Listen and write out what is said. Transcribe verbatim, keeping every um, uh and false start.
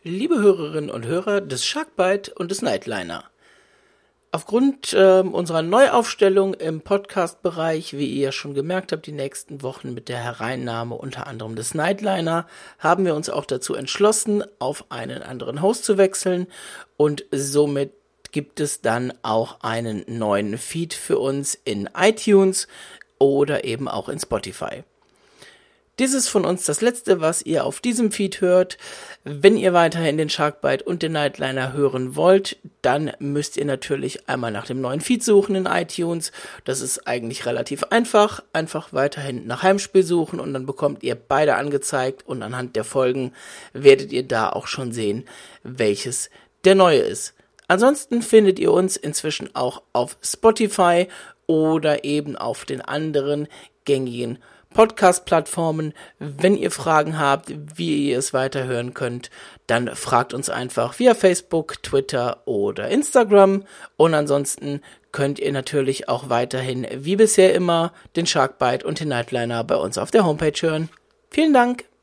Liebe Hörerinnen und Hörer des Sharkbite und des Nightliner. Aufgrund äh, unserer Neuaufstellung im Podcast-Bereich, wie ihr ja schon gemerkt habt, die nächsten Wochen mit der Hereinnahme unter anderem des Nightliner, haben wir uns auch dazu entschlossen, auf einen anderen Host zu wechseln, und somit gibt es dann auch einen neuen Feed für uns in iTunes oder eben auch in Spotify. Dies ist von uns das Letzte, was ihr auf diesem Feed hört. Wenn ihr weiterhin den Sharkbite und den Nightliner hören wollt, dann müsst ihr natürlich einmal nach dem neuen Feed suchen in iTunes. Das ist eigentlich relativ einfach. Einfach weiterhin nach Heimspiel suchen und dann bekommt ihr beide angezeigt, und anhand der Folgen werdet ihr da auch schon sehen, welches der neue ist. Ansonsten findet ihr uns inzwischen auch auf Spotify oder eben auf den anderen gängigen Podcast-Plattformen. Wenn ihr Fragen habt, wie ihr es weiterhören könnt, dann fragt uns einfach via Facebook, Twitter oder Instagram. Und ansonsten könnt ihr natürlich auch weiterhin, wie bisher immer, den Sharkbite und den Nightliner bei uns auf der Homepage hören. Vielen Dank!